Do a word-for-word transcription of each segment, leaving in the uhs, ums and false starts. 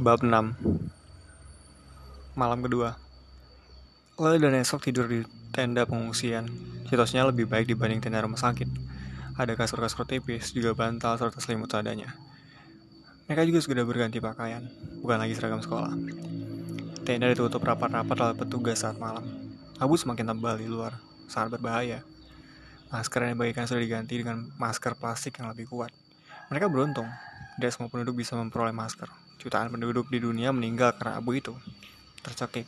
Bab enam. Malam kedua. Lel dan esok tidur di tenda pengungsian. Situasinya lebih baik dibanding tenda rumah sakit. Ada kasur-kasur tipis, juga bantal, serta selimut seadanya. Mereka juga sudah berganti pakaian, bukan lagi seragam sekolah. Tenda ditutup rapat-rapat oleh petugas saat malam. Abu semakin tebal di luar, sangat berbahaya. Masker yang dibagikan sudah diganti dengan masker plastik yang lebih kuat. Mereka beruntung, tidak semua penduduk bisa memperoleh masker. Jutaan penduduk di dunia meninggal karena abu itu. Tercekik.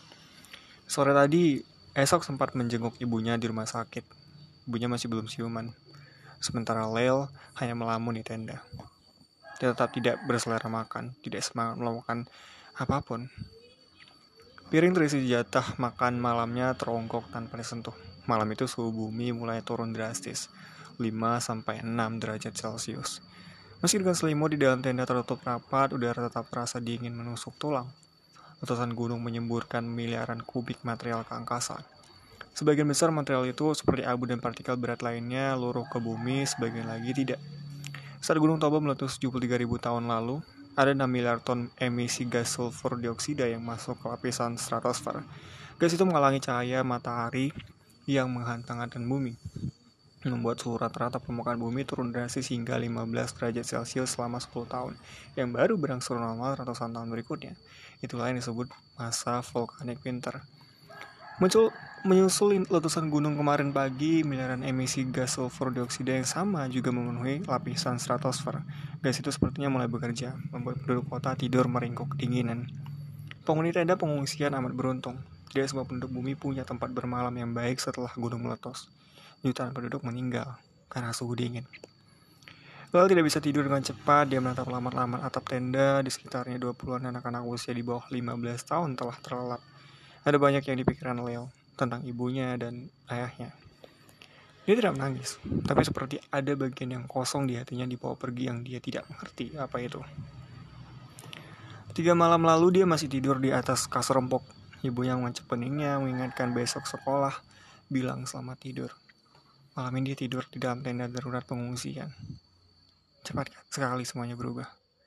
Sore tadi, esok sempat menjenguk ibunya di rumah sakit. Ibunya masih belum siuman. Sementara Lel hanya melamun di tenda. Dia tetap tidak berselera makan, tidak semangat melakukan apapun. Piring terisi jatah makan malamnya terongkok tanpa disentuh. Malam itu suhu bumi mulai turun drastis, lima sampai enam derajat Celcius. Meski dengan selimut di dalam tenda tertutup rapat, udara tetap terasa dingin menusuk tulang. Letusan gunung menyemburkan miliaran kubik material ke angkasa. Sebagian besar material itu, seperti abu dan partikel berat lainnya, luruh ke bumi, sebagian lagi tidak. Saat Gunung Toba meletus tujuh puluh tiga ribu tahun lalu, ada enam miliar ton emisi gas sulfur dioksida yang masuk ke lapisan stratosfer. Gas itu menghalangi cahaya matahari yang menghantam-hantam bumi, membuat suhu rata-rata permukaan bumi turun drastis hingga lima belas derajat Celcius selama sepuluh tahun, yang baru berangsur normal ratusan tahun berikutnya. Itulah yang disebut masa volkanik winter. Muncul menyusul letusan gunung kemarin pagi, miliaran emisi gas sulfur dioksida yang sama juga memenuhi lapisan stratosfer. Gas itu sepertinya mulai bekerja, membuat penduduk kota tidur meringkuk kedinginan. Penghuni tenda pengungsian amat beruntung. Tidak semua penduduk bumi punya tempat bermalam yang baik setelah gunung meletus. Jutaan penduduk meninggal karena suhu dingin. Lalu tidak bisa tidur dengan cepat, dia menatap lamar-lamar atap tenda. Di sekitarnya dua puluhan anak-anak usia di bawah lima belas tahun telah terlelap. Ada banyak yang dipikirkan Leo tentang ibunya dan ayahnya. Dia tidak menangis, tapi seperti ada bagian yang kosong di hatinya dibawa pergi yang dia tidak mengerti apa itu. Tiga malam lalu dia masih tidur di atas kasur empuk. Ibunya mengecek peningnya, mengingatkan besok sekolah, bilang selamat tidur. Malam ini dia tidur di dalam tenda darurat pengungsian. Cepat sekali semuanya berubah.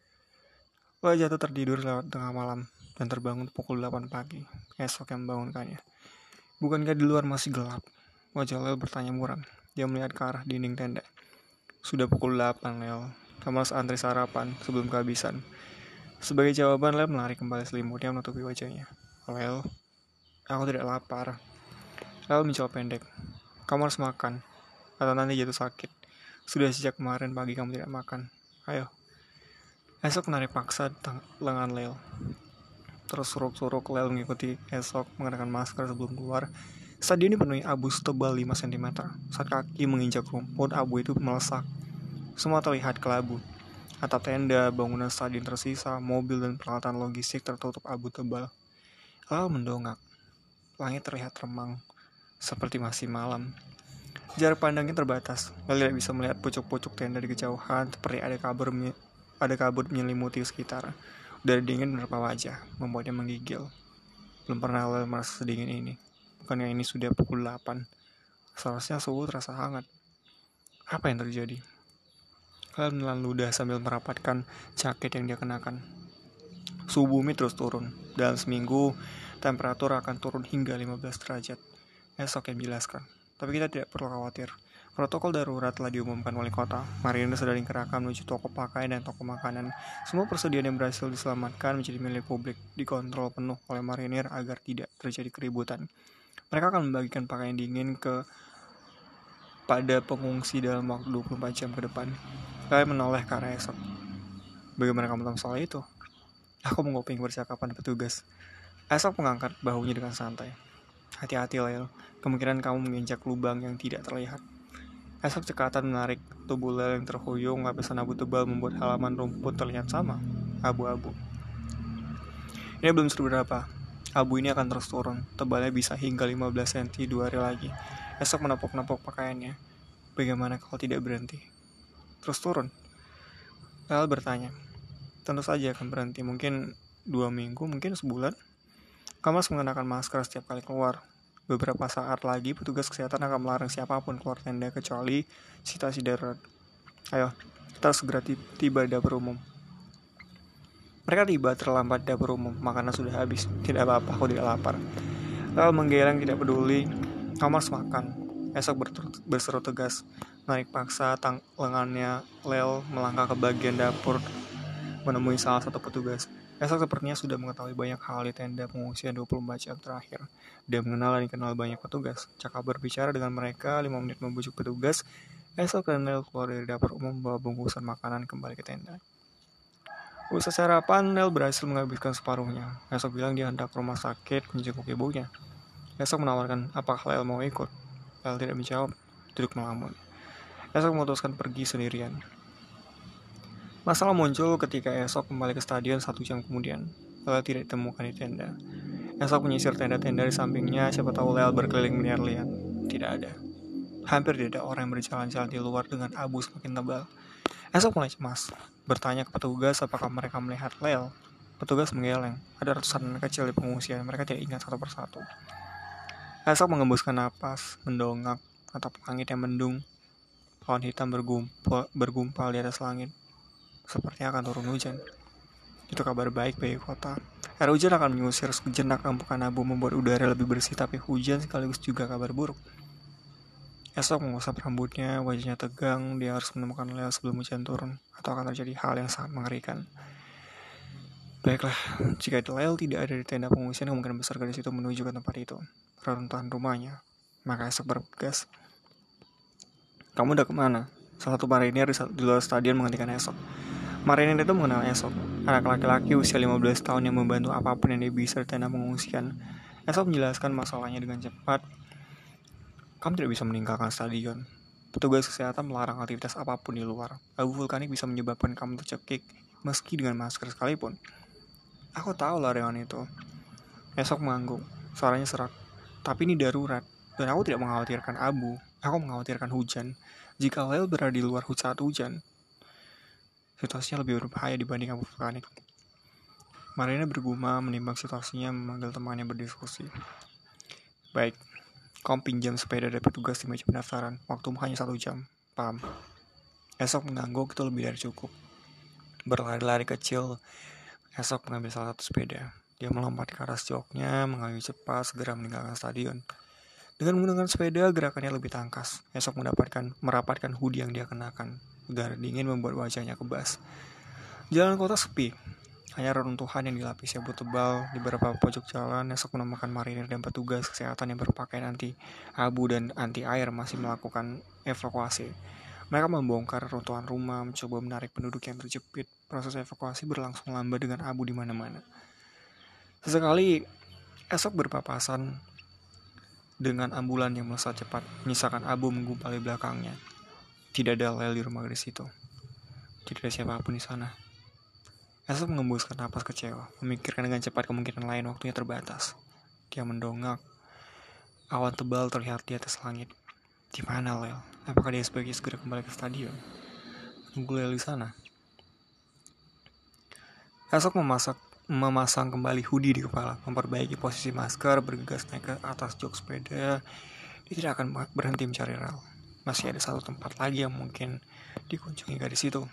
Leo jatuh tertidur lewat tengah malam dan terbangun pukul delapan pagi. Esok yang membangunkannya. Bukankah di luar masih gelap? Wajah Leo bertanya muram. Dia melihat ke arah dinding tenda. Sudah pukul delapan, Leo. Kamu harus antri sarapan sebelum kehabisan. Sebagai jawaban, Leo menarik kembali selimutnya menutupi wajahnya. Leo, aku tidak lapar. Leo menjawab pendek. Kamu harus makan, atau nanti jatuh sakit. Sudah sejak kemarin pagi kamu tidak makan. Ayo. Esok menarik paksa lengan Leo. Terus suruk-suruk Lel mengikuti esok mengenakan masker sebelum keluar. Stadion dipenuhi abu setebal lima sentimeter. Saat kaki menginjak rumput, abu itu melesak. Semua terlihat kelabu. Atap tenda, bangunan stadion tersisa, mobil dan peralatan logistik tertutup abu tebal. Lel mendongak. Langit terlihat remang, seperti masih malam. Jarak pandangnya terbatas. Lel tidak bisa melihat pucuk-pucuk tenda di kejauhan, seperti ada kabut ada kabut menyelimuti sekitar. Udara dingin menerpa wajah, membuatnya menggigil. Belum pernah Lel merasa sedingin ini. Bukannya ini sudah pukul delapan. Seharusnya suhu terasa hangat. Apa yang terjadi? Lel menelan ludah sambil merapatkan jaket yang dia kenakan. Suhu bumi terus turun. Dalam seminggu, temperatur akan turun hingga lima belas derajat. Esok yang menjelaskan. Tapi kita tidak perlu khawatir. Protokol darurat telah diumumkan wali kota. Marinir sudah dikerahkan menuju toko pakaian dan toko makanan. Semua persediaan yang berhasil diselamatkan menjadi milik publik, dikontrol penuh oleh marinir agar tidak terjadi keributan. Mereka akan membagikan pakaian dingin ke pada pengungsi dalam waktu dua puluh empat jam ke depan. Kalian menoleh ke arah esok. Bagaimana kamu tahu soal itu? Aku menguping percakapan petugas. Esok mengangkat bahunya dengan santai. Hati-hati, Lel. Kemungkinan kamu menginjak lubang yang tidak terlihat. Esok cekatan menarik tubuh Lel yang terhuyung. Lapisan abu tebal membuat halaman rumput terlihat sama, abu-abu. Ini belum seberapa. Abu ini akan terus turun. Tebalnya bisa hingga lima belas sentimeter dua hari lagi. Esok menepuk-nepuk pakaiannya. Bagaimana kalau tidak berhenti? Terus turun? Lel bertanya. Tentu saja akan berhenti. Mungkin dua minggu, mungkin sebulan. Kamu harus mengenakan masker setiap kali keluar. Beberapa saat lagi, petugas kesehatan akan melarang siapapun keluar tenda kecuali situasi darurat. Ayo, kita harus segera tiba di dapur umum. Mereka tiba terlambat di dapur umum. Makanan sudah habis. Tidak apa-apa, aku tidak lapar. Lel menggeleng tidak peduli. Kamu harus makan. Esok berseru tegas. Narik paksa tang lengannya. Lel melangkah ke bagian dapur menemui salah satu petugas. Esok sepertinya sudah mengetahui banyak hal di tenda pengungsian dua puluh empat jam terakhir. Dia mengenal dan dikenal banyak petugas. Cakap berbicara dengan mereka, lima menit membujuk petugas. Esok dan Nel keluar dari dapur umum membawa bungkusan makanan kembali ke tenda. Usai sarapan, Nel berhasil menghabiskan separuhnya. Esok bilang dia hendak ke rumah sakit menjenguk ibunya. Esok menawarkan apakah Lel mau ikut. Lel tidak menjawab, duduk melamun. Esok memutuskan pergi sendirian. Masalah muncul ketika Esok kembali ke stadion satu jam kemudian. Lel tidak ditemukan di tenda. Esok menyisir tenda-tenda di sampingnya, siapa tahu Lel berkeliling lihat-lihat. Tidak ada. Hampir tidak ada orang yang berjalan-jalan di luar dengan abu semakin tebal. Esok mulai cemas, bertanya ke petugas apakah mereka melihat Lel. Petugas menggeleng, ada ratusan anak kecil di pengungsian, mereka tidak ingat satu persatu. Esok mengembuskan napas, mendongak, atap langit yang mendung. Pohon hitam bergumpal, bergumpal di atas langit. Sepertinya akan turun hujan. Itu kabar baik bagi kota. Air hujan akan mengusir sejenak kampukan abu, membuat udara lebih bersih, tapi hujan sekaligus juga kabar buruk. Esok mengusap rambutnya, wajahnya tegang. Dia harus menemukan Lel sebelum hujan turun, atau akan terjadi hal yang sangat mengerikan. Baiklah, jika Lel tidak ada di tenda pengungsian, kemungkinan besar gadis itu menuju ke tempat itu, reruntuhan rumahnya. Maka Esok bergegas. Kamu udah kemana? Salah satu marinir di luar stadion menghentikan Esok. Marinir itu mengenal Esok, anak laki-laki usia lima belas tahun yang membantu apapun yang dia bisa di tenda pengungsian. Esok menjelaskan masalahnya dengan cepat. Kamu tidak bisa meninggalkan stadion. Petugas kesehatan melarang aktivitas apapun di luar. Abu vulkanik bisa menyebabkan kamu tercekik, meski dengan masker sekalipun. Aku tahu larangan itu. Esok mengangguk, suaranya serak. Tapi ini darurat, dan aku tidak mengkhawatirkan abu. Aku mengkhawatirkan hujan. Jika Lel berada di luar saat hujan, situasinya lebih berbahaya dibanding abu vulkanik. Marina bergumam menimbang situasinya, memanggil temannya berdiskusi. Baik, kamu pinjam sepeda dari petugas di meja pendaftaran. Waktumu hanya satu jam. Paham? Esok mengangguk, itu lebih dari cukup. Berlari-lari kecil, Esok mengambil salah satu sepeda. Dia melompat ke atas joknya, mengayu cepat, segera meninggalkan stadion. Dengan menggunakan sepeda, gerakannya lebih tangkas. Esok mendapatkan merapatkan hoodie yang dia kenakan. Udara dingin membuat wajahnya kebas. Jalan kota sepi. Hanya reruntuhan yang dilapisi abu tebal. Di beberapa pojok jalan, Esok menemukan marinir dan petugas kesehatan yang berpakaian anti abu dan anti air masih melakukan evakuasi. Mereka membongkar reruntuhan rumah, mencoba menarik penduduk yang terjepit. Proses evakuasi berlangsung lambat dengan abu di mana-mana. Sesekali, Esok berpapasan dengan ambulan yang melesat cepat, menyisakan abu menggumpal di belakangnya. Tidak ada Lel di rumah gadis itu. Tidak ada siapapun di sana. Esok mengembuskan napas kecewa, memikirkan dengan cepat kemungkinan lain, waktunya terbatas. Dia mendongak. Awan tebal terlihat di atas langit. Di mana Lel? Apakah dia sebaiknya segera kembali ke stadion? Tunggu Lel di sana. Esok memasak, memasang kembali hoodie di kepala, memperbaiki posisi masker, bergegas naik ke atas jok sepeda. Dia tidak akan berhenti mencari Lel. Masih ada satu tempat lagi yang mungkin dikunjungi gadis itu.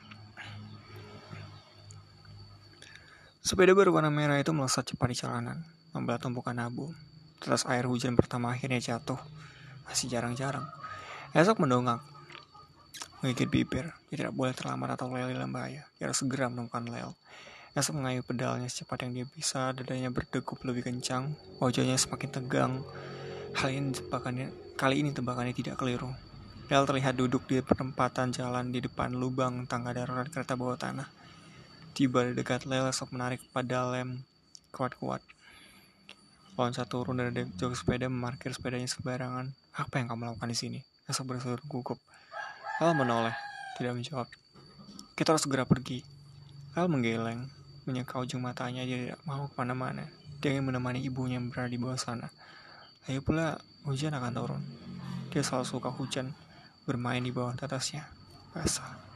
Sepeda berwarna merah itu melesat cepat di jalanan, membelah tumpukan abu. Tetes air hujan pertama akhirnya jatuh. Masih jarang-jarang. Esok mendongak, menggigit bibir. Dia tidak boleh terlambat atau Lel dalam bahaya. Dia harus segera menemukan Lel. Esok mengayuh pedalnya secepat yang dia bisa. Dadanya berdegup lebih kencang. Wajahnya semakin tegang. Hal ini tebakannya, kali ini tebakannya tidak keliru. Lel terlihat duduk di perempatan jalan di depan lubang tangga darurat kereta bawah tanah. Tiba di dekat Lel, Esok menarik pada lem kuat-kuat. Loncat turun dari jok sepeda, memarkir sepedanya sembarangan. Apa yang kamu lakukan di sini? Esok berseru gugup. Lel menoleh, tidak menjawab. Kita harus segera pergi. Lel menggeleng, menyeka ujung matanya. Dia tidak mau kemana-mana. Dia ingin menemani ibunya yang berada di bawah sana. Lagi pula, hujan akan turun. Dia selalu suka hujan, bermain di bawah tetasnya, basah.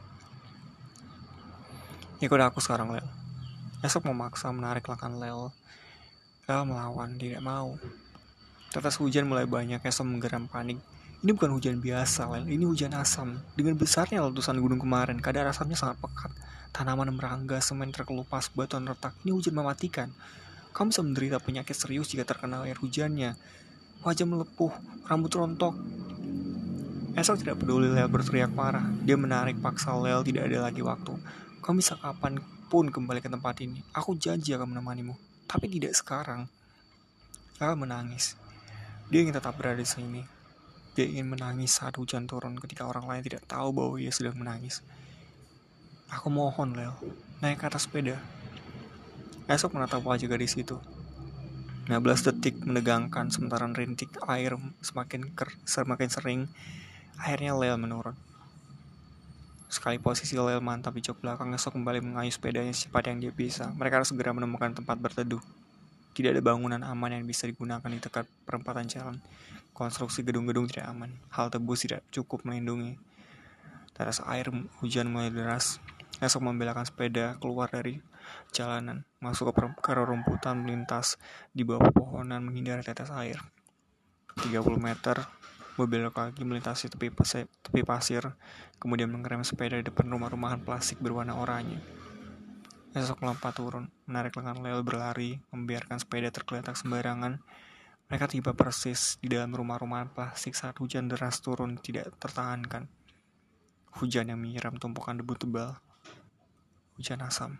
Ikut aku sekarang, Lel. Esok memaksa menarik lengan Lel. Lel melawan, tidak mau. Tetes hujan mulai banyak, Esok menggeram panik. Ini bukan hujan biasa, Lel. Ini hujan asam. Dengan besarnya letusan gunung kemarin, kadar asamnya sangat pekat. Tanaman merangga, semen terkelupas, batuan retak. Ini hujan mematikan. Kamu bisa menderita penyakit serius jika terkena air hujannya. Wajah melepuh, rambut rontok. Esok tidak peduli Lel berteriak marah. Dia menarik paksa Lel, tidak ada lagi waktu. Kamu bisa kapanpun kembali ke tempat ini. Aku janji akan menemanimu. Tapi tidak sekarang. Lel menangis. Dia ingin tetap berada di sini. Dia ingin menangis saat hujan turun ketika orang lain tidak tahu bahwa ia sedang menangis. Aku mohon Lel, naik ke atas sepeda. Esok menatap wajah gadis itu. lima belas detik menegangkan sementara rintik air semakin ker, semakin sering. Akhirnya Lel menurun. Sekali posisi Lel mantap di jok belakang, Esok kembali mengayuh sepedanya secepat yang dia bisa. Mereka harus segera menemukan tempat berteduh. Tidak ada bangunan aman yang bisa digunakan di dekat perempatan jalan. Konstruksi gedung-gedung tidak aman. Halte bus tidak cukup melindungi. Tetes air hujan mulai deras. Esok membelakang sepeda keluar dari jalanan, masuk ke, ke rerumputan, melintas di bawah pepohonan menghindari tetes air. tiga puluh meter, berbelok lagi melintasi tepi pasir, tepi pasir, kemudian mengerem sepeda di depan rumah-rumahan plastik berwarna oranye. Esok melompat turun, menarik lengan Lel berlari, membiarkan sepeda tergeletak sembarangan. Mereka tiba persis di dalam rumah-rumahan plastik saat hujan deras turun tidak tertahankan. Hujan yang menyiram tumpukan debu tebal. Hujan asam.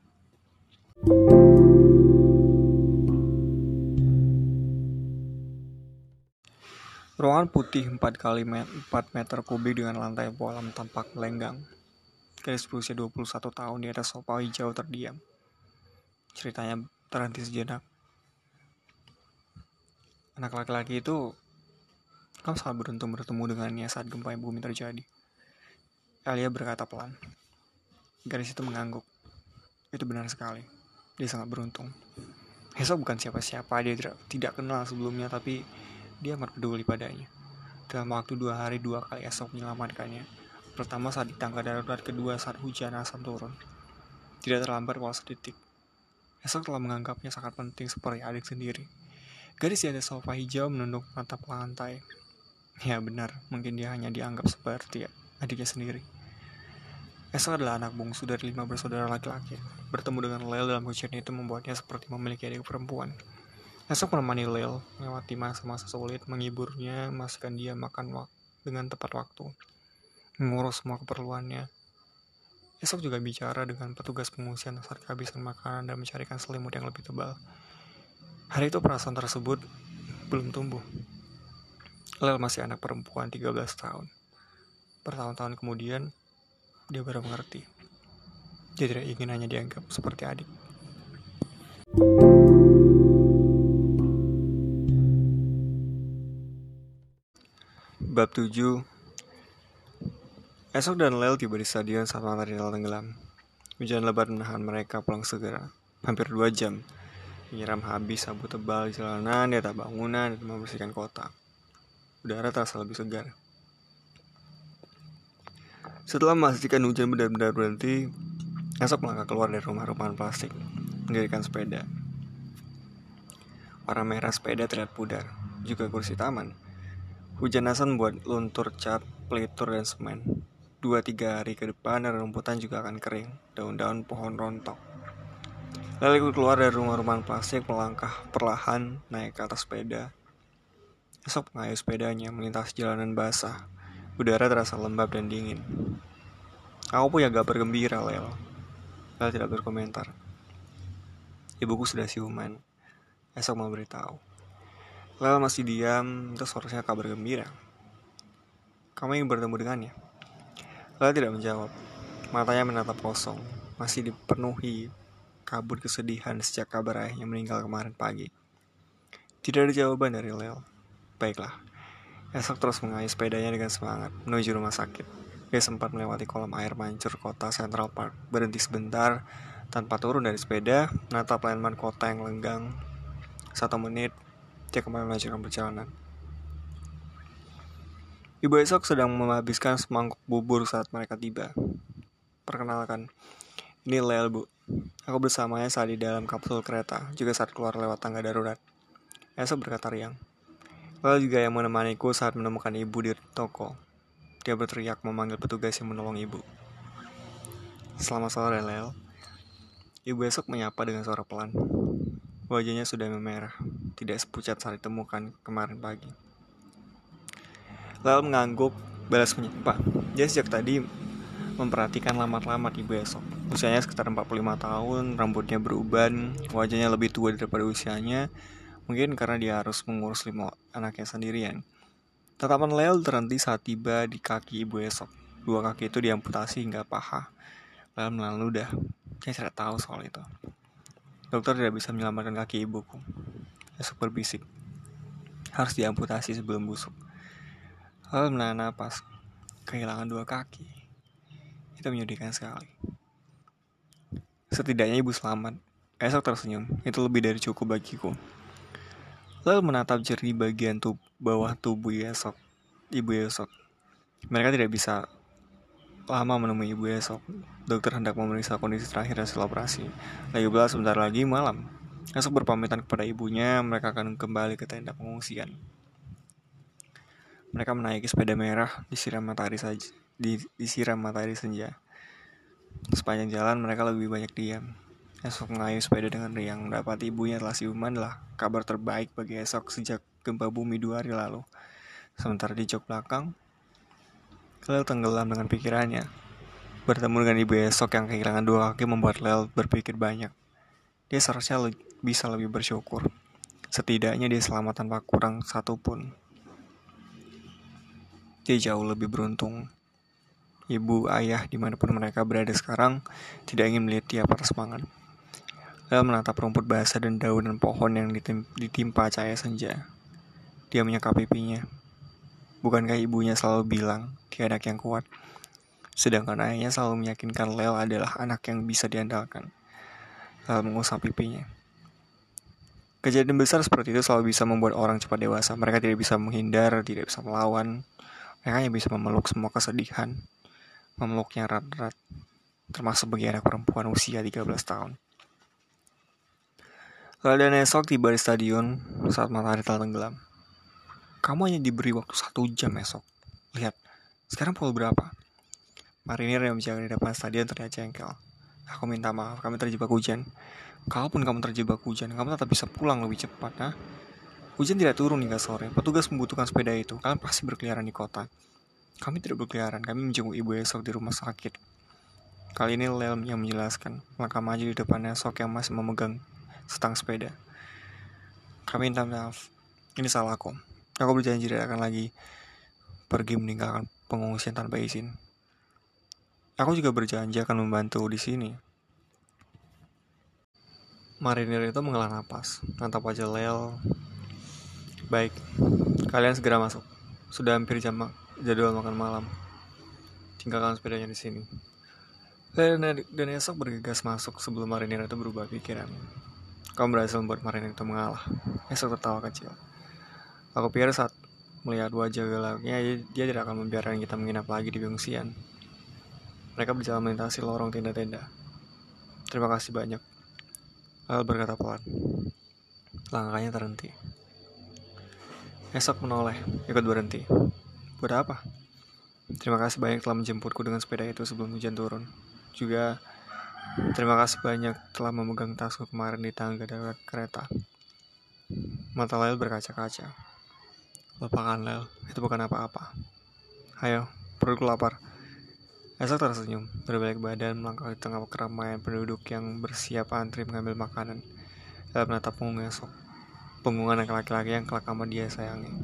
Ruangan putih empat kali empat meter kubik dengan lantai bolam tampak melenggang. Gadis berusia dua puluh satu tahun di atas sofa hijau terdiam. Ceritanya terhenti sejenak. Anak laki-laki itu, kamu sangat beruntung bertemu dengannya saat gempa bumi terjadi. Alia berkata pelan. Gadis itu mengangguk. Itu benar sekali. Dia sangat beruntung. Esok bukan siapa-siapa, dia tidak, tidak kenal sebelumnya, tapi dia amat peduli padanya. Dalam waktu dua hari dua kali Esok menyelamatkannya. Pertama saat di tangga darurat, kedua saat hujan asam turun. Tidak terlambat walau sedetik. Esok telah menganggapnya sangat penting seperti adik sendiri. Gadis di atas sofa hijau menunduk mata ke lantai. Ya benar, mungkin dia hanya dianggap seperti adiknya sendiri. Esok adalah anak bungsu dari lima bersaudara laki-laki. Bertemu dengan Lel dalam kejadian itu membuatnya seperti memiliki adik perempuan. Esok menemani Lel melewati masa-masa sulit, menghiburnya, memastikan dia makan wak- dengan tepat waktu, mengurus semua keperluannya. Esok juga bicara dengan petugas pengungsian saat kehabisan makanan dan mencarikan selimut yang lebih tebal. Hari itu perasaan tersebut belum tumbuh. Lel masih anak perempuan tiga belas tahun. Bertahun-tahun kemudian, dia baru mengerti. Dia tidak ingin hanya dianggap seperti adik. Bab tujuh. Esok dan Lel tiba di stadion saat matahari tenggelam. Hujan lebat menahan mereka pulang segera. Hampir dua jam. Menyiram habis abu tebal di jalanan, di atas bangunan, dan membersihkan kota. Udara terasa lebih segar. Setelah memastikan hujan benar-benar berhenti, Esok melangkah keluar dari rumah-rumahan plastik, mendirikan sepeda. Warna merah sepeda terlihat pudar, juga kursi taman. Hujan asam membuat luntur cat, pelitur, dan semen. Dua tiga hari ke depan, rumputan juga akan kering, daun-daun pohon rontok. Lalu keluar dari rumah-rumahan plastik, melangkah perlahan naik ke atas sepeda. Esok mengayuh sepedanya melintasi jalanan basah. Udara terasa lembab dan dingin. Aku punya kabar gembira, Lel. Lel tidak berkomentar. Ibuku sudah siuman. Esok mau beritahu. Lel masih diam, terus harusnya kabar gembira. Kamu ingin bertemu dengannya? Lel tidak menjawab. Matanya menatap kosong. Masih dipenuhi kabut kesedihan sejak kabar ayahnya meninggal kemarin pagi. Tidak ada jawaban dari Lel. Baiklah. Esok terus mengayuh sepedanya dengan semangat menuju rumah sakit. Dia sempat melewati kolam air mancur kota Central Park, berhenti sebentar tanpa turun dari sepeda, menatap landmark kota yang lenggang. Satu menit, dia kembali melanjutkan perjalanan. Ibu Esok sedang menghabiskan semangkuk bubur saat mereka tiba. Perkenalkan, ini Lel, Bu. Aku bersamanya saat di dalam kapsul kereta, juga saat keluar lewat tangga darurat. Esok berkata riang. Lel juga yang menemaniku saat menemukan ibu di toko. Dia berteriak memanggil petugas yang menolong ibu. Selamat sore, Lel. Ibu esok menyapa dengan suara pelan. Wajahnya sudah memerah, tidak sepucat saat ditemukan kemarin pagi. Lel mengangguk, balas menyapa. Dia sejak tadi memperhatikan lamat-lamat ibu esok. Usianya sekitar empat puluh lima tahun, rambutnya beruban, wajahnya lebih tua daripada usianya, mungkin karena dia harus mengurus lima anaknya sendirian. Tatapan Lel terhenti saat tiba di kaki ibu esok. Dua kaki itu diamputasi hingga paha. Lel menelan ludah. Saya tidak tahu soal itu. Dokter tidak bisa menyelamatkan kaki ibuku. Esok berbisik. Harus diamputasi sebelum busuk. Lel menahan napas. Kehilangan dua kaki. Itu menyedihkan sekali. Setidaknya ibu selamat. Esok tersenyum. Itu lebih dari cukup bagiku. Lel menatap jernih bagian tub- bawah tubuh esok. Ibu esok. Mereka tidak bisa lama menemui ibu esok. Dokter hendak memeriksa kondisi terakhir hasil operasi. Lagi pula sebentar lagi malam. Esok berpamitan kepada ibunya. Mereka akan kembali ke tenda pengungsian. Mereka menaiki sepeda merah disiram matahari saja, di, disiram matahari senja. Sepanjang jalan mereka lebih banyak diam. Esok mengayuh sepeda dengan riang. Mendapati ibunya telah siuman adalah kabar terbaik bagi esok sejak gempa bumi dua hari lalu. Sementara di jok belakang, Lel tenggelam dengan pikirannya. Bertemu dengan ibu esok yang kehilangan dua kaki membuat Lel berpikir banyak. Dia seharusnya le- bisa lebih bersyukur. Setidaknya dia selamat tanpa kurang satu pun. Dia jauh lebih beruntung. Ibu, ayah, dimanapun mereka berada sekarang, tidak ingin melihat dia patah semangat. Lel menatap rumput basah dan daun dan pohon yang ditim- ditimpa cahaya senja. Dia menyekap pipinya. Bukankah ibunya selalu bilang, dia anak yang kuat? Sedangkan ayahnya selalu meyakinkan Lel adalah anak yang bisa diandalkan. Lel mengusap pipinya. Kejadian besar seperti itu selalu bisa membuat orang cepat dewasa. Mereka tidak bisa menghindar, tidak bisa melawan. Mereka hanya bisa memeluk semua kesedihan. Memeluknya erat-erat. Termasuk bagi anak perempuan usia tiga belas tahun. Lel dan esok tiba di stadion saat matahari telah tenggelam. Kamu hanya diberi waktu satu jam esok. Lihat, sekarang pukul berapa? Marinir yang berjaga di depan stadion terlihat jengkel. Aku minta maaf, kami terjebak hujan. Kalaupun kamu terjebak hujan, kamu tetap bisa pulang lebih cepat, nah? Hujan tidak turun hingga sore. Petugas membutuhkan sepeda itu. Kalian pasti berkeliaran di kota. Kami tidak berkeliaran. Kami menjenguk ibu esok di rumah sakit. Kali ini Lel yang menjelaskan. Melangkah maju di depan esok yang masih memegang setang sepeda. Kami minta maaf. Ini salahku. Aku berjanji tidak akan lagi pergi meninggalkan pengungsian tanpa izin. Aku juga berjanji akan membantu di sini. Marinir itu menghela napas, natap wajah Lel. Baik, kalian segera masuk. Sudah hampir jam ma- jadwal makan malam. Tinggalkan sepedanya di sini. Lel dan esok bergegas masuk sebelum Marinir itu berubah pikiran. Kamu berhasil membuat Marinir itu mengalah. Esok tertawa kecil. Aku pikir saat melihat wajah gelapnya, dia tidak akan membiarkan kita menginap lagi di pengungsian. Mereka berjalan melintasi lorong tenda-tenda. Terima kasih banyak. Lel berkata pelan. Langkahnya terhenti. Esok menoleh, ikut berhenti. Buat apa? Terima kasih banyak telah menjemputku dengan sepeda itu sebelum hujan turun. Juga terima kasih banyak telah memegang tasku kemarin di tangga darurat kereta. Mata Lel berkaca-kaca. Lupakan Lel, itu bukan apa-apa. Ayo, perutku lapar. Esok tersenyum, berbalik badan melangkah di tengah keramaian penduduk yang bersiap antri mengambil makanan. Lel menatap punggung esok. Punggung anak laki-laki yang kelak amat dia sayangi.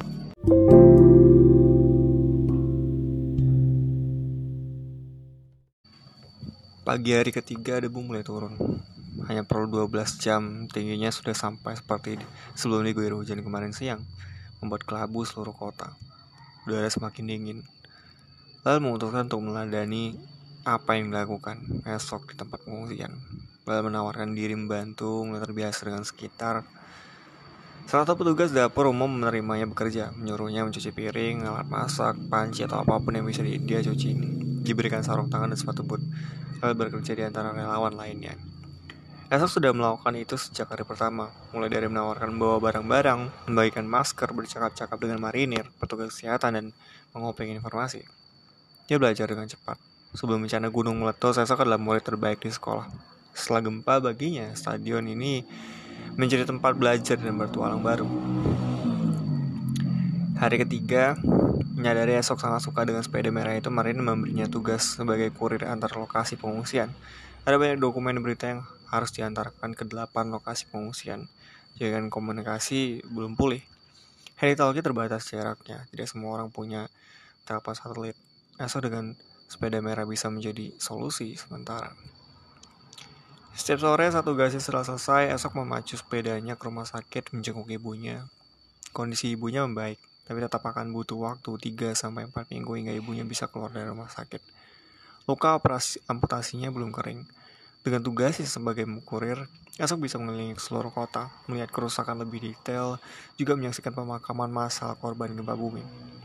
Pagi hari ketiga debu mulai turun. Hanya perlu dua belas jam, tingginya sudah sampai seperti sebelum diguyur hujan kemarin siang, membuat kelabu seluruh kota. Udara semakin dingin. Lalu memutuskan untuk meladani apa yang dilakukan esok di tempat pengungsian. Lalu menawarkan diri membantu, mulai terbiasa dengan sekitar. Salah satu petugas dapur umum menerimanya bekerja, menyuruhnya mencuci piring, alat masak, panci atau apapun yang bisa dia cuci. Diberikan sarung tangan dan sepatu boot. Lalu bekerja di antara relawan lainnya. Esok sudah melakukan itu sejak hari pertama, mulai dari menawarkan membawa barang-barang, membagikan masker, bercakap-cakap dengan marinir, petugas kesehatan, dan mengopeng informasi. Dia belajar dengan cepat. Sebelum bencana gunung meletus, esok adalah murid terbaik di sekolah. Setelah gempa, baginya stadion ini menjadi tempat belajar dan bertualang baru. Hari ketiga, menyadari esok sangat suka dengan sepeda merah itu, Marin memberinya tugas sebagai kurir antar lokasi pengungsian. Ada banyak dokumen berita yang harus diantarkan ke delapan lokasi pengungsian. Jaringan komunikasi belum pulih. Heli-talkie terbatas jaraknya. Tidak semua orang punya telepon satelit. Esok dengan sepeda merah bisa menjadi solusi sementara. Setiap sore satu tugasnya setelah selesai, esok memacu sepedanya ke rumah sakit menjenguk ibunya. Kondisi ibunya membaik, tapi tetap akan butuh waktu tiga sampai empat minggu hingga ibunya bisa keluar dari rumah sakit. Luka operasi amputasinya belum kering. Dengan tugasnya sebagai kurir, esok bisa mengelilingi seluruh kota, melihat kerusakan lebih detail, juga menyaksikan pemakaman massal korban gempa bumi.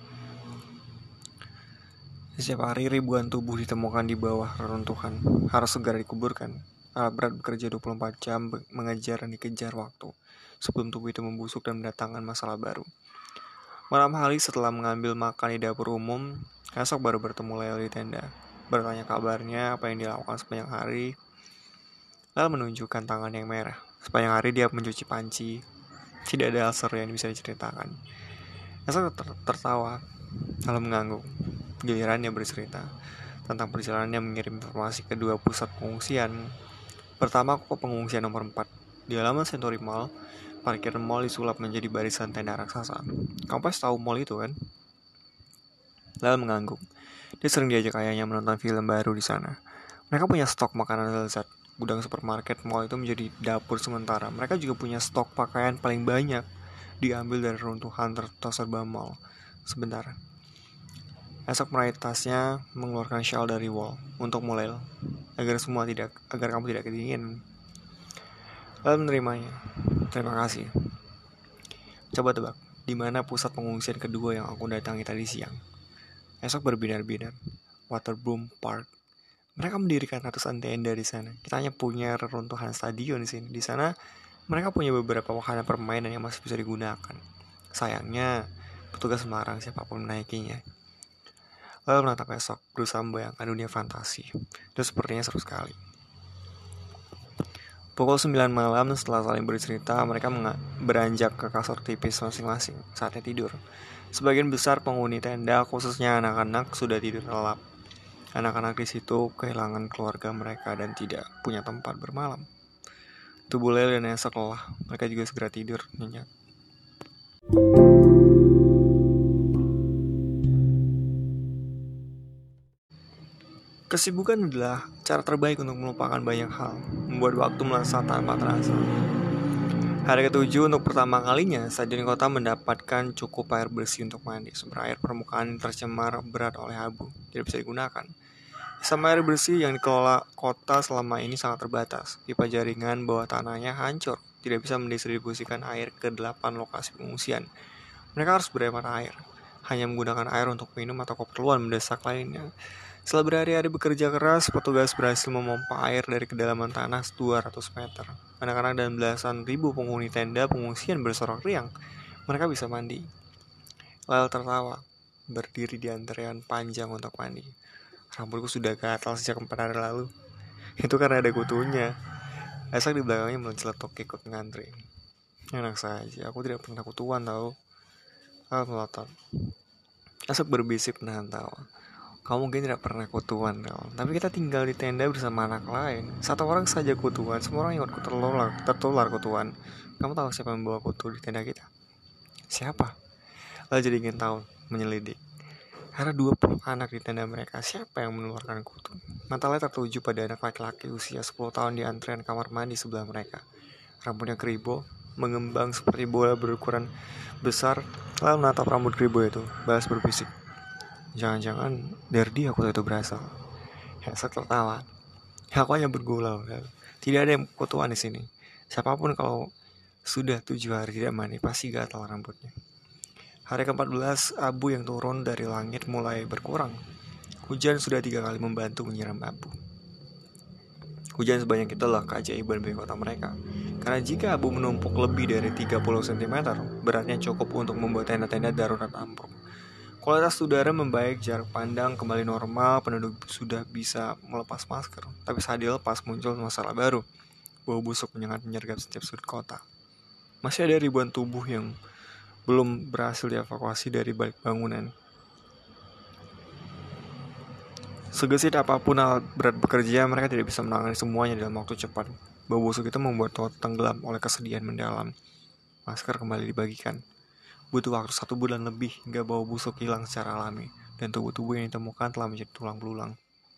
Setiap hari ribuan tubuh ditemukan di bawah reruntuhan, harus segera dikuburkan. Alat berat bekerja dua puluh empat jam mengejar dan dikejar waktu, sebelum tubuh itu membusuk dan mendatangkan masalah baru. Malam hari setelah mengambil makan di dapur umum, esok baru bertemu Leo di tenda. Bertanya kabarnya, apa yang dilakukan sepanjang hari, lalu menunjukkan tangan yang merah. Sepanjang hari dia mencuci panci, tidak ada ulcer yang bisa diceritakan. Esok ter- tertawa, lalu mengangguk. Gilirannya bercerita tentang perjalanannya mengirim informasi ke dua pusat pengungsian. Pertama, ke pengungsian nomor empat. Di halaman Century Mall, parkir mall disulap menjadi barisan tenda raksasa. Kamu pasti tahu mall itu kan? Lalu mengangguk. Dia sering diajak ayahnya menonton film baru di sana. Mereka punya stok makanan lezat. Gudang supermarket mall itu menjadi dapur sementara. Mereka juga punya stok pakaian paling banyak diambil dari runtuhan terserba mall. Sebentar. Esok meraih tasnya, mengeluarkan shawl dari wall untuk mulai agar semua tidak agar kamu tidak kedinginan. Lalu menerimanya. Terima kasih. Coba tebak, di mana pusat pengungsian kedua yang aku datangi tadi siang? Esok berbinar-binar. Waterbroom Park. Mereka mendirikan ratusan tenda di sana. Kita hanya punya reruntuhan stadion di sini. Di sana mereka punya beberapa wahana permainan yang masih bisa digunakan. Sayangnya, petugas melarang siapapun menaikinya. Lalu menatap esok, berusaha membayangkan dunia fantasi. Itu sepertinya seru sekali. Pukul sembilan malam setelah saling bercerita, mereka beranjak ke kasur tipis masing-masing. Saatnya tidur. Sebagian besar penghuni tenda, khususnya anak-anak, sudah tidur lelap. Anak-anak di situ kehilangan keluarga mereka dan tidak punya tempat bermalam. Tubuh Leo dan esok lelah. Mereka juga segera tidur nyenyak. Kesibukan adalah cara terbaik untuk melupakan banyak hal, membuat waktu melesat tanpa terasa. Hari ketujuh, untuk pertama kalinya, stadion kota mendapatkan cukup air bersih untuk mandi. Sumber air permukaan tercemar berat oleh abu, tidak bisa digunakan. Sama air bersih yang dikelola kota selama ini sangat terbatas. Pipa jaringan bawah tanahnya hancur, tidak bisa mendistribusikan air ke delapan lokasi pengungsian. Mereka harus berhemat air, hanya menggunakan air untuk minum atau keperluan mendesak lainnya. Setelah berhari-hari bekerja keras, petugas berhasil memompa air dari kedalaman tanah dua ratus meter. Anak-anak dan belasan ribu penghuni tenda pengungsian bersorak riang. Mereka bisa mandi. Lel tertawa, berdiri di antrean panjang untuk mandi. Rambutku sudah gatal sejak empat hari lalu. Itu karena ada kutunya. Esok di belakangnya menceletuk ikut ngantri. Enak saja, aku tidak pernah kutuan tahu. Lel melotot. Esok berbisik menahan tawa. Kamu mungkin tidak pernah kutuan, tapi kita tinggal di tenda bersama anak lain. Satu orang saja kutuan, semua orang ikut tertular, tertular kutuan. Kamu tahu siapa yang membawa kutu di tenda kita? Siapa? Lalu jadi ingin tahu, menyelidik. Karena dua puluh anak di tenda mereka, siapa yang menularkan kutu? Matanya tertuju pada anak laki-laki usia sepuluh tahun di antrean kamar mandi sebelah mereka. Rambutnya keribo, mengembang seperti bola berukuran besar. Lalu menatap rambut keribo itu, balas berbisik. Jangan-jangan dari dia kutu itu berasal. Esok tertawa. Aku hanya bergurau. Tidak ada yang kutuan di sini. Siapapun kalau sudah tujuh hari tidak mandi pasti gatal rambutnya. Hari keempat belas, abu yang turun dari langit mulai berkurang. Hujan sudah tiga kali membantu menyiram abu. Hujan sebanyak itulah keajaiban bagi kota mereka. Karena jika abu menumpuk lebih dari tiga puluh sentimeter, beratnya cukup untuk membuat tenda-tenda darurat ambruk. Kualitas udara membaik, jarak pandang kembali normal, penduduk sudah bisa melepas masker. Tapi saat dilepas muncul masalah baru. Bau busuk menyengat menyergap setiap sudut kota. Masih ada ribuan tubuh yang belum berhasil dievakuasi dari balik bangunan. Segesit apapun alat berat bekerja, mereka tidak bisa menangani semuanya dalam waktu cepat. Bau busuk itu membuat Todd tenggelam oleh kesedihan mendalam. Masker kembali dibagikan. Butuh waktu satu bulan lebih hingga bau busuk hilang secara alami, dan tubuh-tubuh yang ditemukan telah menjadi tulang belulang.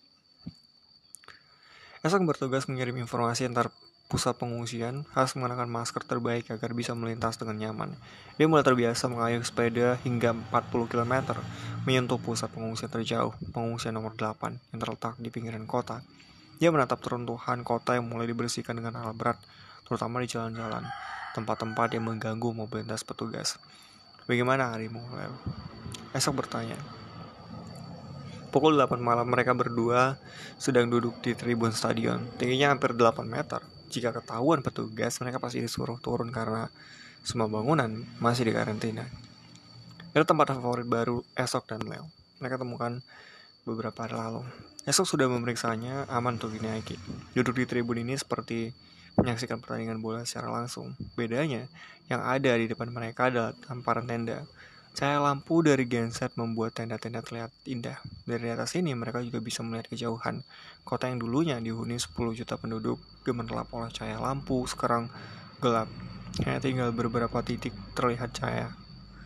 Esok bertugas mengirim informasi antar pusat pengungsian, harus mengenakan masker terbaik agar bisa melintas dengan nyaman. Dia mulai terbiasa mengayuh sepeda hingga empat puluh kilometer, menyentuh pusat pengungsian terjauh, pengungsian nomor delapan, yang terletak di pinggiran kota. Dia menatap teruntuhan kota yang mulai dibersihkan dengan alat berat, terutama di jalan-jalan, tempat-tempat yang mengganggu mobilitas petugas. Bagaimana harimu, Lel? Esok bertanya. Pukul delapan malam mereka berdua sedang duduk di tribun stadion. Tingginya hampir delapan meter. Jika ketahuan petugas, mereka pasti disuruh turun karena semua bangunan masih dikarantina. Itu tempat favorit baru Esok dan Lel. Mereka temukan beberapa hari lalu. Esok sudah memeriksanya, aman untuk dinaiki. Duduk di tribun ini seperti menyaksikan pertandingan bola secara langsung. Bedanya, yang ada di depan mereka adalah hamparan tenda. Cahaya lampu dari genset membuat tenda-tenda terlihat indah. Dari atas ini mereka juga bisa melihat kejauhan. Kota yang dulunya dihuni sepuluh juta penduduk gemerlap oleh cahaya lampu sekarang gelap. Hanya tinggal beberapa titik terlihat cahaya.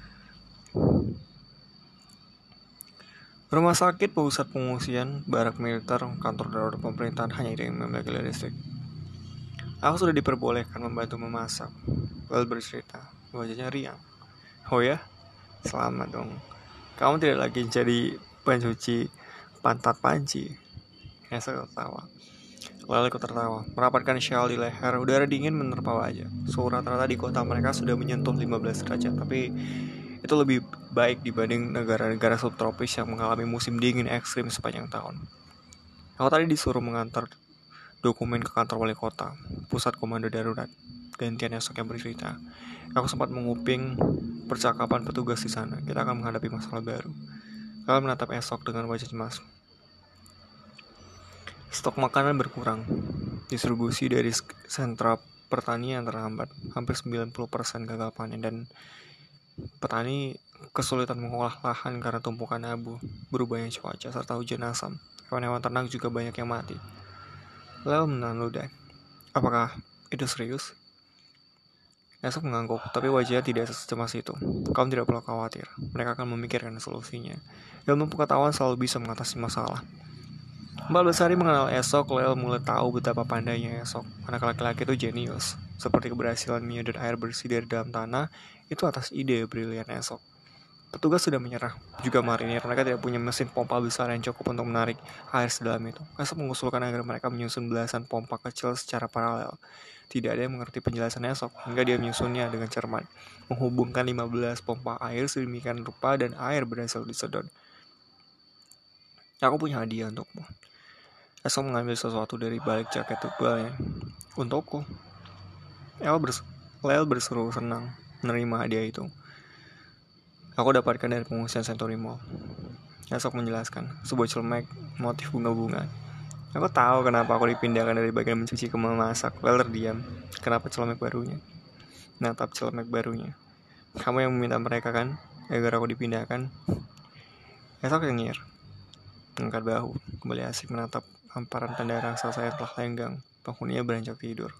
Rumah sakit, pusat pengungsian, barak militer, kantor darurat pemerintahan hanya yang memiliki listrik. Aku sudah diperbolehkan membantu memasak. Well bercerita, wajahnya riang. Oh ya? Selamat dong. Kamu tidak lagi jadi pencuci pantat panci. Esok tertawa. Lalu ikut tertawa, merapatkan shawl di leher. Udara dingin menerpa wajah. Suhu rata-rata di kota mereka sudah menyentuh lima belas derajat, tapi itu lebih baik dibanding negara-negara subtropis yang mengalami musim dingin ekstrim sepanjang tahun. Aku tadi disuruh mengantar dokumen ke kantor wali kota, pusat komando darurat. Gantian Esok yang bercerita. Aku sempat menguping percakapan petugas di sana. Kita akan menghadapi masalah baru. Kalian menatap Esok dengan wajah cemas. Stok makanan berkurang. Distribusi dari sentra pertanian terhambat. Hampir sembilan puluh persen gagal panen, dan petani kesulitan mengolah lahan karena tumpukan abu, berubahnya cuaca, serta hujan asam. Hewan-hewan ternak juga banyak yang mati. Lalu menahan ludah. Apakah itu serius? Esok mengangguk, tapi wajahnya tidak secemas itu. Kamu tidak perlu khawatir, mereka akan memikirkan solusinya. Ilmu pengetahuan selalu bisa mengatasi masalah. empat belas hari mengenal Esok, Lel mulai tahu betapa pandainya Esok. Anak laki-laki itu jenius, seperti keberhasilan menyedot air bersih dari dalam tanah, itu atas ide brilian Esok. Petugas sudah menyerah, juga marinir. Mereka tidak punya mesin pompa besar yang cukup untuk menarik air sedalam itu. Esok mengusulkan agar mereka menyusun belasan pompa kecil secara paralel. Tidak ada yang mengerti penjelasan Esok, hingga dia menyusunnya dengan cermat, menghubungkan lima belas pompa air sedemikian rupa dan air berhasil disedot. Aku punya hadiah untukmu. Esok mengambil sesuatu dari balik jaket tebalnya. Untukku. El bers- Lel berseru senang menerima hadiah itu. Aku dapatkan dari pengungsian Century Mall. Esok menjelaskan, sebuah celemek motif bunga-bunga. Aku tahu kenapa aku dipindahkan dari bagian mencuci ke memasak. Lel terdiam. Kenapa celemek barunya? Natap celemek barunya. Kamu yang meminta mereka kan, agar aku dipindahkan? Esok nyengir, mengangkat bahu, kembali asik menatap hamparan tenda raksasa yang telah lenggang. Penghuninya beranjak tidur.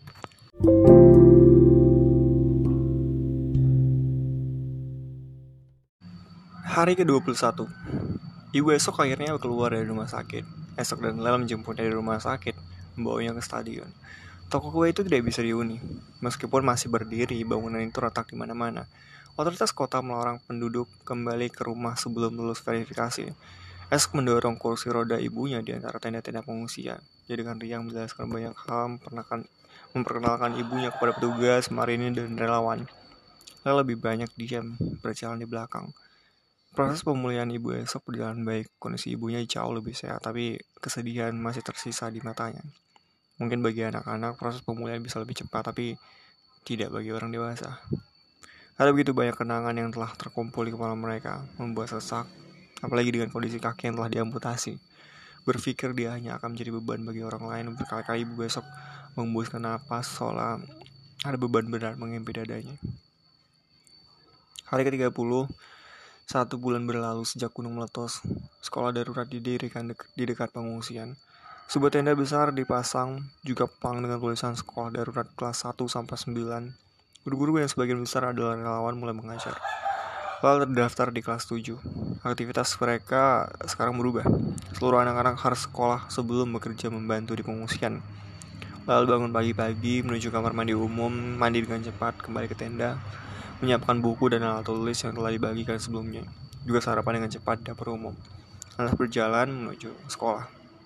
Hari ke dua puluh satu. Ibu Esok akhirnya keluar dari rumah sakit. Esok dan Lel menjemputnya dari rumah sakit, membawanya ke stadion. Toko kue itu tidak bisa dihuni. Meskipun masih berdiri, bangunan itu retak di mana-mana. Otoritas kota melarang penduduk kembali ke rumah sebelum lulus verifikasi. Esok mendorong kursi roda ibunya di antara tenda-tenda pengungsian. Dia dengan riang menjelaskan banyak hal, memperkenalkan ibunya kepada petugas, marinir, dan relawan. Lel lebih banyak diam, berjalan di belakang. Proses pemulihan ibu Esok berjalan baik. Kondisi ibunya jauh lebih sehat, tapi kesedihan masih tersisa di matanya. Mungkin bagi anak-anak proses pemulihan bisa lebih cepat, tapi tidak bagi orang dewasa. Ada begitu banyak kenangan yang telah terkumpul di kepala mereka, membuat sesak, apalagi dengan kondisi kaki yang telah diamputasi. Berpikir dia hanya akan menjadi beban bagi orang lain. Berkali-kali ibu besok menghembuskan napas seolah ada beban berat menghimpit dadanya. Hari ke tiga puluh, satu bulan berlalu sejak gunung meletus. Sekolah darurat didirikan de- di dekat pengungsian. Sebuah tenda besar dipasang, juga pang dengan tulisan sekolah darurat kelas satu sampai sembilan. Guru-guru yang sebagian besar adalah relawan mulai mengajar. Lalu terdaftar di kelas tujuh. Aktivitas mereka sekarang berubah. Seluruh anak-anak harus sekolah sebelum bekerja membantu di pengungsian. Lalu bangun pagi-pagi, menuju kamar mandi umum, mandi dengan cepat, kembali ke tenda, menyiapkan buku dan alat tulis yang telah dibagikan sebelumnya. Juga sarapan dengan cepat di dapur umum. Lantas berjalan menuju sekolah.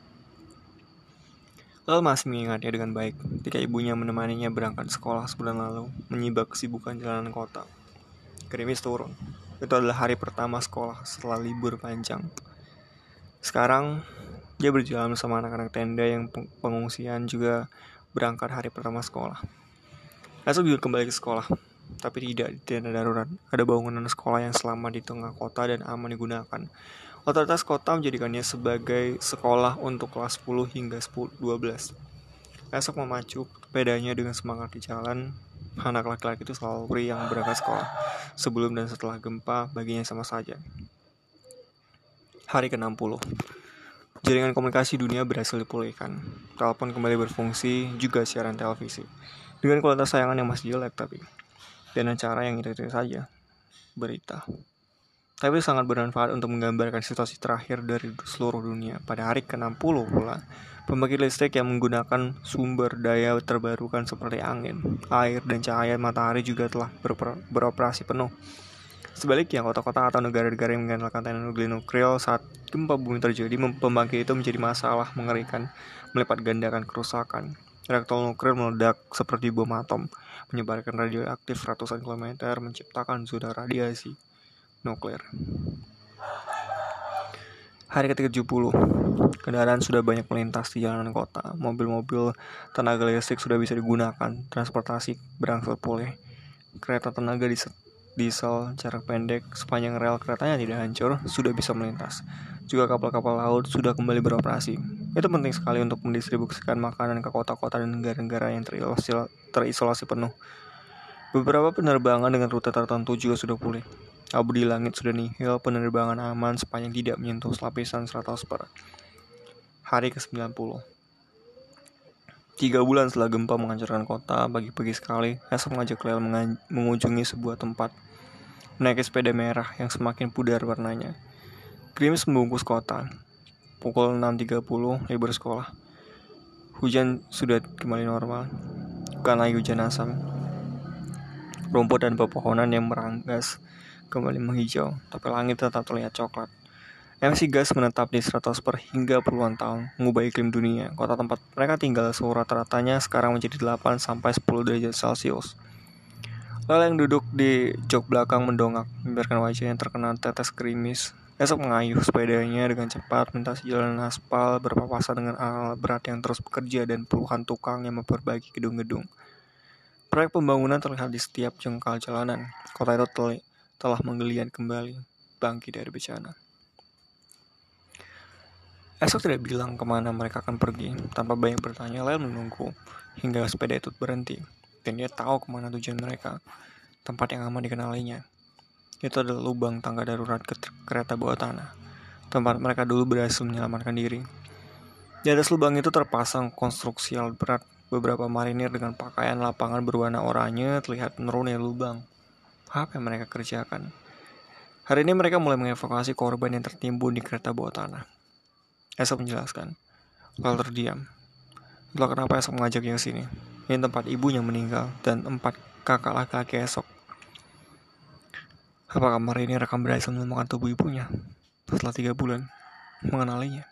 Lalu masih mengingatnya dengan baik ketika ibunya menemaninya berangkat sekolah sebulan lalu, menyibak kesibukan jalanan kota. Gerimis turun. Itu adalah hari pertama sekolah setelah libur panjang. Sekarang dia berjalan bersama anak-anak tenda yang pengungsian juga berangkat hari pertama sekolah. Esok juga kembali ke sekolah, tapi tidak di tenda darurat. Ada bangunan sekolah yang selamat di tengah kota dan aman digunakan. Otoritas kota menjadikannya sebagai sekolah untuk kelas sepuluh hingga dua belas. Esok memacu sepedanya dengan semangat di jalan. Anak laki-laki itu selalu riang berangkat sekolah. Sebelum dan setelah gempa, baginya sama saja. Hari ke enam puluh. Jaringan komunikasi dunia berhasil dipulihkan. Telepon kembali berfungsi, juga siaran televisi. Dengan kualitas tayangan yang masih jelek tapi. Dan acara yang itu-itu saja. Berita. Tapi sangat bermanfaat untuk menggambarkan situasi terakhir dari seluruh dunia. Pada hari ke enam puluh pula, pembangkit listrik yang menggunakan sumber daya terbarukan seperti angin, air, dan cahaya matahari juga telah ber- beroperasi penuh. Sebaliknya, kota-kota atau negara-negara yang mengandalkan teknologi nuklir saat gempa bumi terjadi, pembangkit itu menjadi masalah mengerikan, melipat gandakan kerusakan. Reaktor nuklir meledak seperti bom atom, menyebarkan radioaktif ratusan kilometer, menciptakan zona radiasi nuklir. Hari ke tujuh puluh. Kendaraan sudah banyak melintas di jalanan kota. Mobil-mobil tenaga listrik sudah bisa digunakan. Transportasi berangsur pulih. Kereta tenaga diesel jarak pendek sepanjang rel keretanya tidak hancur sudah bisa melintas. Juga kapal-kapal laut sudah kembali beroperasi. Itu penting sekali untuk mendistribusikan makanan ke kota-kota dan negara-negara yang terisolasi, terisolasi penuh. Beberapa penerbangan dengan rute tertentu juga sudah pulih. Abu di langit sudah nihil, penerbangan aman sepanjang tidak menyentuh lapisan stratosfer. Hari ke sembilan puluh. Tiga bulan setelah gempa menghancurkan kota, pagi-pagi sekali, esok mengajak Lel mengan- mengunjungi sebuah tempat. Menaiki sepeda merah yang semakin pudar warnanya. Gerimis membungkus kota. Pukul enam tiga puluh, libur sekolah. Hujan sudah kembali normal. Bukan lagi hujan asam. Rumput dan pepohonan yang meranggas kembali menghijau, tapi langit tetap terlihat coklat. Emisi gas menetap di stratosfer hingga puluhan tahun, mengubah iklim dunia. Kota tempat mereka tinggal suhu rata-ratanya sekarang menjadi delapan sampai sepuluh derajat Celcius. Lel yang duduk di jok belakang mendongak, membiarkan wajahnya terkena tetes gerimis. Esok mengayuh sepedanya dengan cepat melintasi jalanan aspal berpapasan dengan alat berat yang terus bekerja dan puluhan tukang yang memperbaiki gedung-gedung. Proyek pembangunan terlihat di setiap jengkal jalanan. Kota itu tel- telah menggeliat kembali, bangkit dari bencana. Esok tidak bilang kemana mereka akan pergi. Tanpa banyak bertanya, Lel menunggu hingga sepeda itu berhenti. Dan dia tahu kemana tujuan mereka. Tempat yang aman dikenalinya. Itu adalah lubang tangga darurat ke kereta bawah tanah. Tempat mereka dulu berhasil menyelamatkan diri. Di atas lubang itu terpasang konstruksi alat berat. Beberapa marinir dengan pakaian lapangan berwarna oranye terlihat menuruni lubang. Apa yang mereka kerjakan? Hari ini mereka mulai mengevakuasi korban yang tertimbun di kereta bawah tanah. Esok menjelaskan. Lalu terdiam. Itulah kenapa Esok mengajaknya ke sini. Ini tempat ibunya meninggal dan empat kakak laki-laki Esok. Apakah marinir akan berhasil menemukan tubuh ibunya setelah tiga bulan mengenalinya?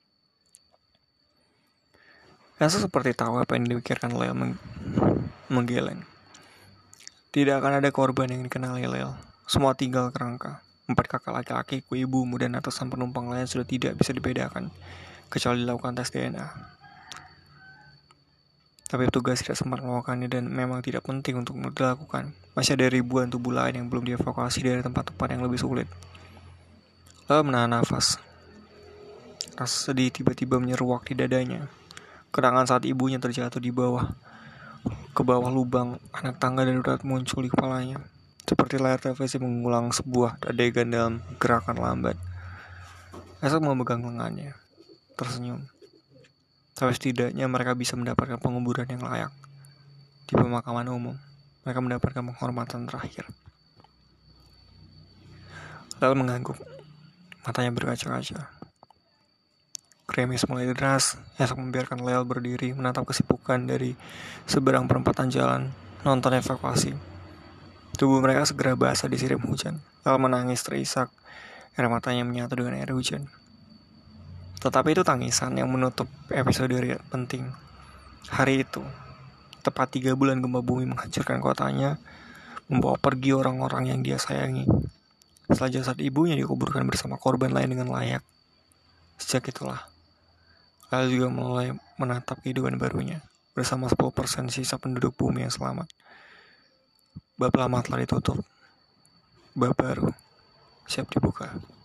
Esok seperti tahu apa yang dipikirkan Lel meng- menggeleng. Tidak akan ada korban yang dikenali Lel. Semua tinggal kerangka. Empat kakak laki-laki, ibu, dan ratusan penumpang lain sudah tidak bisa dibedakan, kecuali dilakukan tes D N A. Tapi petugas tidak sempat melakukannya dan memang tidak penting untuk dilakukan. Masih ada ribuan tubuh lain yang belum dievakuasi dari tempat-tempat yang lebih sulit. Lalu menahan nafas. Rasa sedih tiba-tiba menyeruak di dadanya. Kenangan saat ibunya terjatuh di bawah, ke bawah lubang anak tangga darurat muncul di kepalanya. Seperti layar televisi mengulang sebuah adegan dalam gerakan lambat. Esok memegang lengannya, tersenyum. Tapi setidaknya mereka bisa mendapatkan penguburan yang layak. Di pemakaman umum, mereka mendapatkan penghormatan terakhir. Lalu mengangguk, matanya berkaca-kaca. Gerimis mulai deras. Esok membiarkan Lel berdiri menatap kesibukan dari seberang perempatan jalan, nonton evakuasi. Tubuh mereka segera basah disiram hujan. Lel menangis terisak, air matanya menyatu dengan air hujan. Tetapi itu tangisan yang menutup episode penting. Hari itu, tepat tiga bulan gempa bumi menghancurkan kotanya, membawa pergi orang-orang yang dia sayangi. Setelah jasad ibunya dikuburkan bersama korban lain dengan layak. Sejak itulah, Lel juga mulai menatap kehidupan barunya bersama sepuluh persen sisa penduduk bumi yang selamat. Bab lama telah ditutup, bab baru siap dibuka.